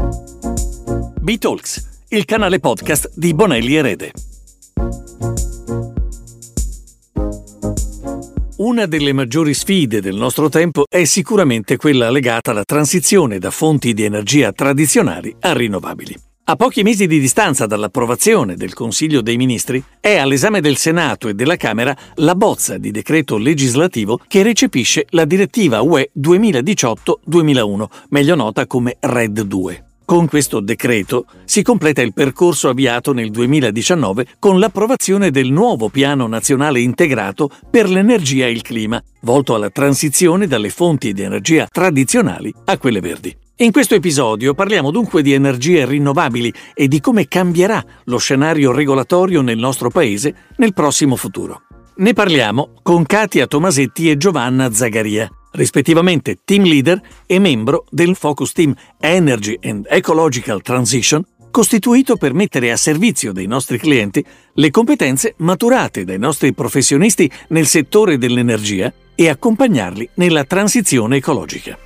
B-Talks, il canale podcast di Bonelli Erede. Una delle maggiori sfide del nostro tempo è sicuramente quella legata alla transizione da fonti di energia tradizionali a rinnovabili. A pochi mesi di distanza dall'approvazione del Consiglio dei Ministri, è all'esame del Senato e della Camera la bozza di decreto legislativo che recepisce la direttiva UE 2018-2001, meglio nota come RED 2. Con questo decreto si completa il percorso avviato nel 2019 con l'approvazione del nuovo Piano Nazionale Integrato per l'Energia e il Clima, volto alla transizione dalle fonti di energia tradizionali a quelle verdi. In questo episodio parliamo dunque di energie rinnovabili e di come cambierà lo scenario regolatorio nel nostro Paese nel prossimo futuro. Ne parliamo con Katia Tomasetti e Giovanna Zagaria, rispettivamente team leader e membro del Focus Team Energy and Ecological Transition, costituito per mettere a servizio dei nostri clienti le competenze maturate dai nostri professionisti nel settore dell'energia e accompagnarli nella transizione ecologica.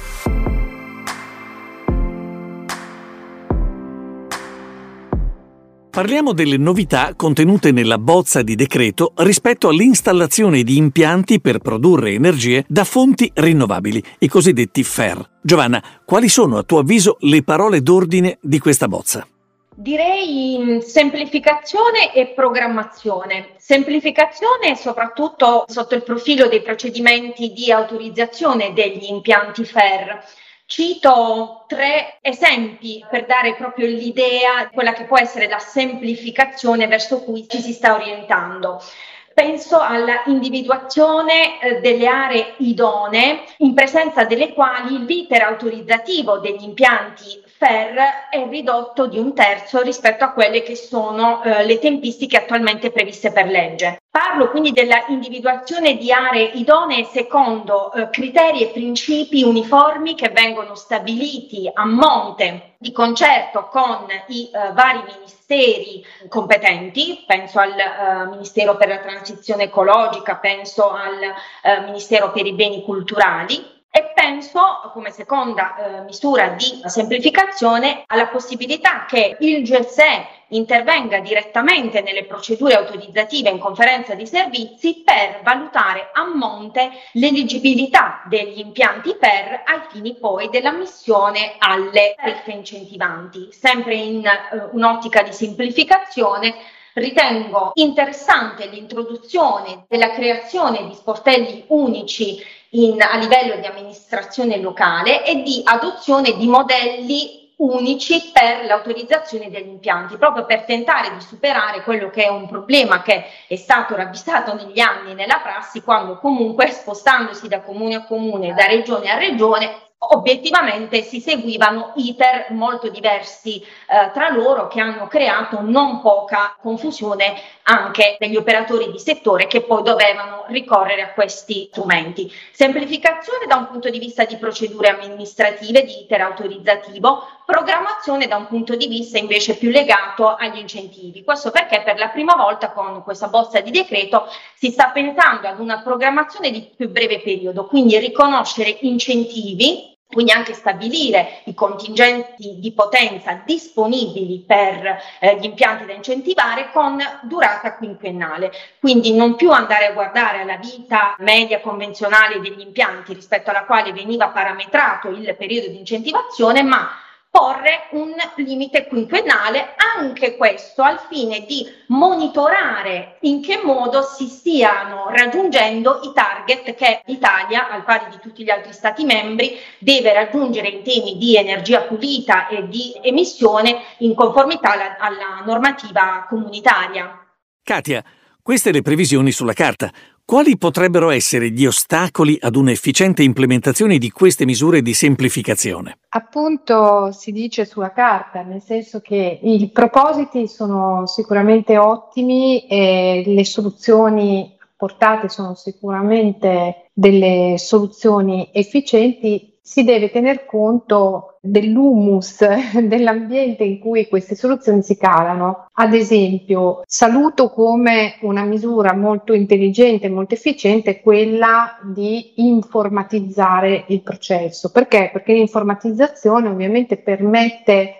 Parliamo delle novità contenute nella bozza di decreto rispetto all'installazione di impianti per produrre energie da fonti rinnovabili, i cosiddetti FER. Giovanna, quali sono a tuo avviso le parole d'ordine di questa bozza? Direi semplificazione e programmazione. Semplificazione soprattutto sotto il profilo dei procedimenti di autorizzazione degli impianti FER. Cito 3 esempi per dare proprio l'idea di quella che può essere la semplificazione verso cui ci si sta orientando. Penso alla individuazione delle aree idonee in presenza delle quali l'iter autorizzativo degli impianti FER è ridotto di 1/3 rispetto a quelle che sono le tempistiche attualmente previste per legge. Parlo quindi della individuazione di aree idonee secondo criteri e principi uniformi che vengono stabiliti a monte di concerto con i vari ministeri competenti. Penso al Ministero per la Transizione Ecologica, penso al Ministero per i Beni Culturali. E penso, come seconda misura di semplificazione, alla possibilità che il GSE intervenga direttamente nelle procedure autorizzative in conferenza di servizi per valutare a monte l'eligibilità degli impianti FER ai fini poi dell'ammissione alle tariffe incentivanti. Sempre in un'ottica di semplificazione, ritengo interessante l'introduzione della creazione di sportelli unici a livello di amministrazione locale e di adozione di modelli unici per l'autorizzazione degli impianti, proprio per tentare di superare quello che è un problema che è stato ravvisato negli anni nella prassi, quando comunque spostandosi da comune a comune, da regione a regione, obiettivamente si seguivano iter molto diversi tra loro, che hanno creato non poca confusione anche degli operatori di settore che poi dovevano ricorrere a questi strumenti. Semplificazione da un punto di vista di procedure amministrative, di iter autorizzativo, programmazione da un punto di vista invece più legato agli incentivi. Questo perché per la prima volta con questa bozza di decreto si sta pensando ad una programmazione di più breve periodo, quindi riconoscere incentivi, quindi anche stabilire i contingenti di potenza disponibili per gli impianti da incentivare con durata quinquennale. Quindi non più andare a guardare alla vita media convenzionale degli impianti rispetto alla quale veniva parametrato il periodo di incentivazione, ma porre un limite quinquennale, anche questo al fine di monitorare in che modo si stiano raggiungendo i target che l'Italia, al pari di tutti gli altri Stati membri, deve raggiungere in temi di energia pulita e di emissione in conformità alla normativa comunitaria. Katia, queste le previsioni sulla carta. Quali potrebbero essere gli ostacoli ad un'efficiente implementazione di queste misure di semplificazione? Appunto si dice sulla carta, nel senso che i propositi sono sicuramente ottimi e le soluzioni portate sono sicuramente delle soluzioni efficienti. si deve tener conto dell'humus, dell'ambiente in cui queste soluzioni si calano. Ad esempio, saluto come una misura molto intelligente e molto efficiente quella di informatizzare il processo. Perché? Perché l'informatizzazione ovviamente permette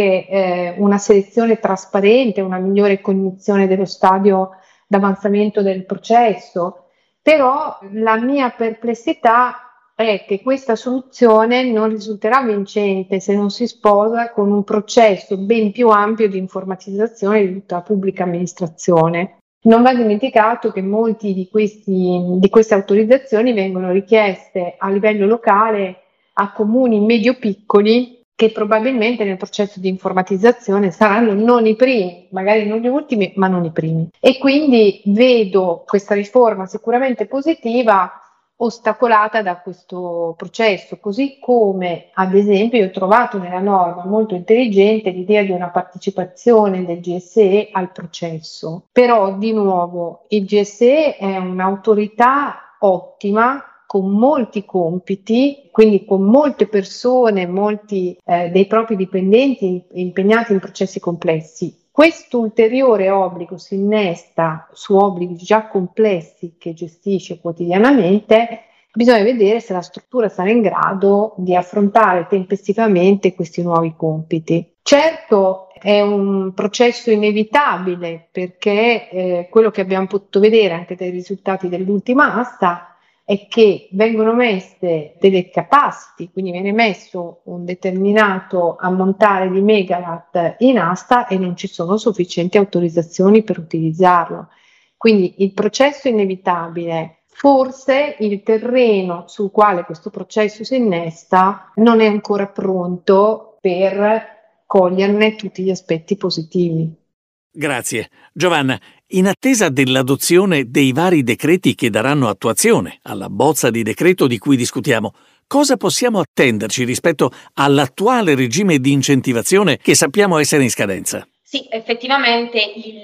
anche una selezione trasparente, una migliore cognizione dello stadio d'avanzamento del processo. Però la mia perplessità è che questa soluzione non risulterà vincente se non si sposa con un processo ben più ampio di informatizzazione di tutta la pubblica amministrazione. Non va dimenticato che molti di queste autorizzazioni vengono richieste a livello locale a comuni medio-piccoli che probabilmente nel processo di informatizzazione saranno non i primi, magari non gli ultimi, ma non i primi. E quindi vedo questa riforma sicuramente positiva ostacolata da questo processo, così come ad esempio ho trovato nella norma molto intelligente l'idea di una partecipazione del GSE al processo. Però di nuovo il GSE è un'autorità ottima con molti compiti, quindi con molte persone, molti dei propri dipendenti impegnati in processi complessi. Questo ulteriore obbligo si innesta su obblighi già complessi che gestisce quotidianamente. Bisogna vedere se la struttura sarà in grado di affrontare tempestivamente questi nuovi compiti. Certo, è un processo inevitabile perché quello che abbiamo potuto vedere anche dai risultati dell'ultima asta è che vengono messe delle capacity, quindi viene messo un determinato ammontare di megawatt in asta e non ci sono sufficienti autorizzazioni per utilizzarlo. Quindi il processo è inevitabile, forse il terreno sul quale questo processo si innesta non è ancora pronto per coglierne tutti gli aspetti positivi. Grazie. Giovanna, in attesa dell'adozione dei vari decreti che daranno attuazione alla bozza di decreto di cui discutiamo, cosa possiamo attenderci rispetto all'attuale regime di incentivazione che sappiamo essere in scadenza? Sì, effettivamente il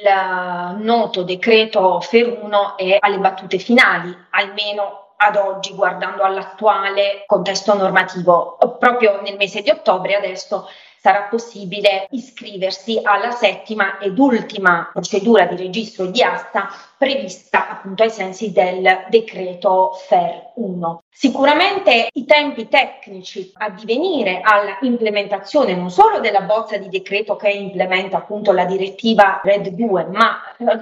noto decreto FER 1 è alle battute finali, almeno ad oggi, guardando all'attuale contesto normativo. Proprio nel mese di ottobre adesso sarà possibile iscriversi alla 7ª ed ultima procedura di registro di asta prevista appunto ai sensi del decreto FER 1. Sicuramente i tempi tecnici a divenire alla implementazione non solo della bozza di decreto che implementa appunto la direttiva RED 2, ma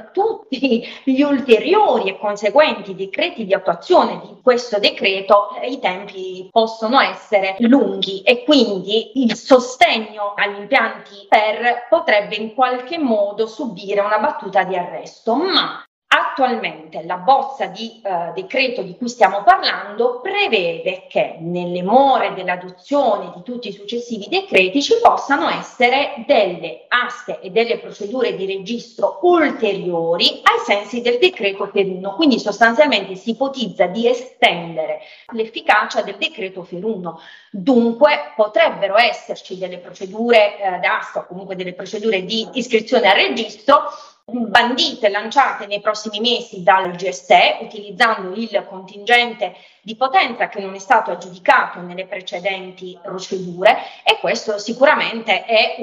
tutti gli ulteriori e conseguenti decreti di attuazione di questo decreto, i tempi possono essere lunghi e quindi il sostegno agli impianti FER potrebbe in qualche modo subire una battuta di arresto, ma attualmente la bozza di decreto di cui stiamo parlando prevede che nelle more dell'adozione di tutti i successivi decreti ci possano essere delle aste e delle procedure di registro ulteriori ai sensi del decreto FER 1, quindi sostanzialmente si ipotizza di estendere l'efficacia del decreto FER 1. Dunque potrebbero esserci delle procedure d'asta o comunque delle procedure di iscrizione al registro bandite, lanciate nei prossimi mesi dal GSE utilizzando il contingente di potenza che non è stato aggiudicato nelle precedenti procedure, e questo sicuramente è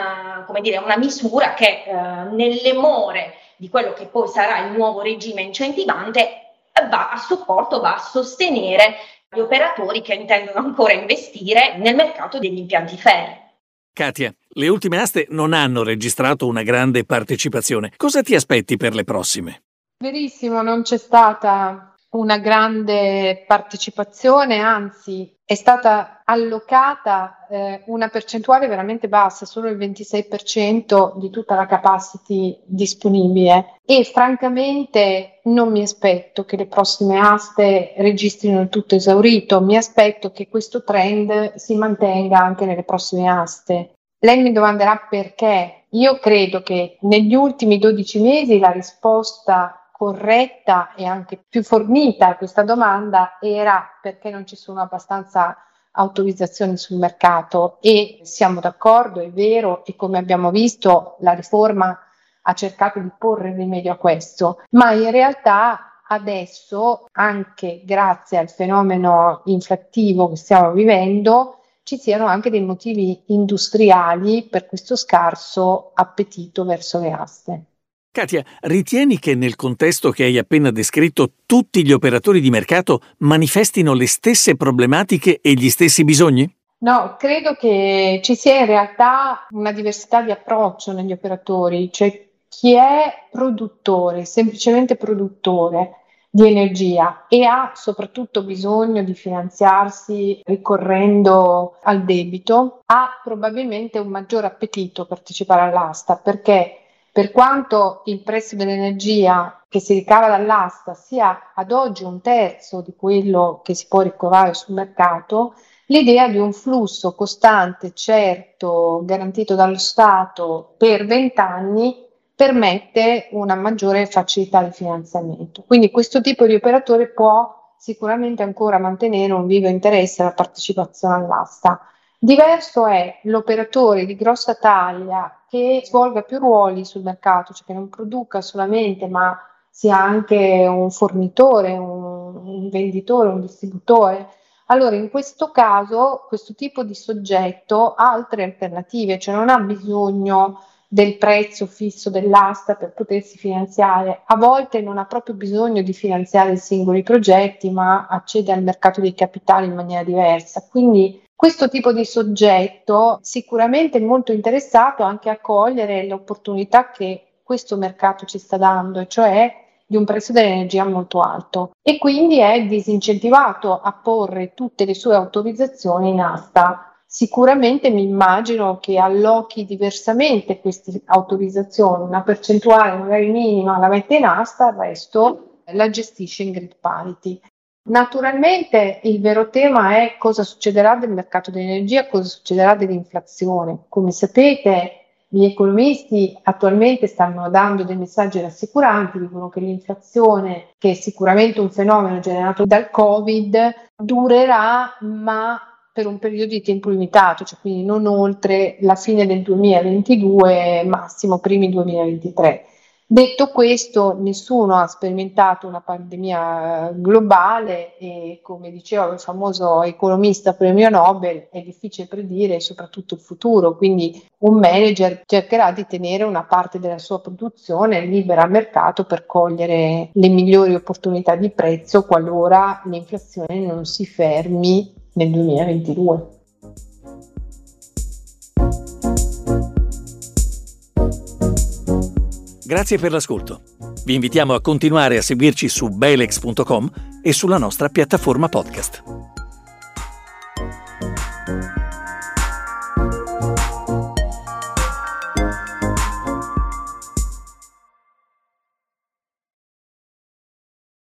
una misura che nelle more di quello che poi sarà il nuovo regime incentivante va a supporto, va a sostenere gli operatori che intendono ancora investire nel mercato degli impianti FER. Katia, le ultime aste non hanno registrato una grande partecipazione. Cosa ti aspetti per le prossime? Verissimo, non c'è stata una grande partecipazione, anzi è stata allocata una percentuale veramente bassa, solo il 26% di tutta la capacity disponibile, e francamente non mi aspetto che le prossime aste registrino il tutto esaurito, mi aspetto che questo trend si mantenga anche nelle prossime aste. Lei mi domanderà perché. Io credo che negli ultimi 12 mesi la risposta corretta e anche più fornita a questa domanda era perché non ci sono abbastanza autorizzazioni sul mercato, e siamo d'accordo, è vero, e come abbiamo visto la riforma ha cercato di porre rimedio a questo, ma in realtà adesso, anche grazie al fenomeno inflattivo che stiamo vivendo, ci siano anche dei motivi industriali per questo scarso appetito verso le aste. Katia, ritieni che nel contesto che hai appena descritto tutti gli operatori di mercato manifestino le stesse problematiche e gli stessi bisogni? No, credo che ci sia in realtà una diversità di approccio negli operatori, cioè chi è produttore, semplicemente produttore di energia e ha soprattutto bisogno di finanziarsi ricorrendo al debito, ha probabilmente un maggior appetito a partecipare all'asta, perché per quanto il prezzo dell'energia che si ricava dall'asta sia ad oggi un terzo di quello che si può ricavare sul mercato, l'idea di un flusso costante, certo, garantito dallo Stato per 20 anni permette una maggiore facilità di finanziamento. Quindi questo tipo di operatore può sicuramente ancora mantenere un vivo interesse alla partecipazione all'asta. Diverso è l'operatore di grossa taglia che svolga più ruoli sul mercato, cioè che non produca solamente ma sia anche un fornitore, un venditore, un distributore. Allora, in questo caso, questo tipo di soggetto ha altre alternative, cioè non ha bisogno del prezzo fisso dell'asta per potersi finanziare, a volte non ha proprio bisogno di finanziare i singoli progetti, ma accede al mercato dei capitali in maniera diversa. Quindi questo tipo di soggetto sicuramente è molto interessato anche a cogliere l'opportunità che questo mercato ci sta dando, e cioè di un prezzo dell'energia molto alto, e quindi è disincentivato a porre tutte le sue autorizzazioni in asta. Sicuramente mi immagino che allochi diversamente queste autorizzazioni, una percentuale magari minima la mette in asta, il resto la gestisce in grid parity. Naturalmente il vero tema è cosa succederà del mercato dell'energia, cosa succederà dell'inflazione. Come sapete, gli economisti attualmente stanno dando dei messaggi rassicuranti, dicono che l'inflazione, che è sicuramente un fenomeno generato dal Covid, durerà ma per un periodo di tempo limitato, cioè quindi non oltre la fine del 2022, massimo primi 2023. Detto questo, nessuno ha sperimentato una pandemia globale e, come diceva il famoso economista premio Nobel, è difficile predire soprattutto il futuro, quindi un manager cercherà di tenere una parte della sua produzione libera al mercato per cogliere le migliori opportunità di prezzo qualora l'inflazione non si fermi nel 2022. Grazie per l'ascolto. Vi invitiamo a continuare a seguirci su belex.com e sulla nostra piattaforma podcast.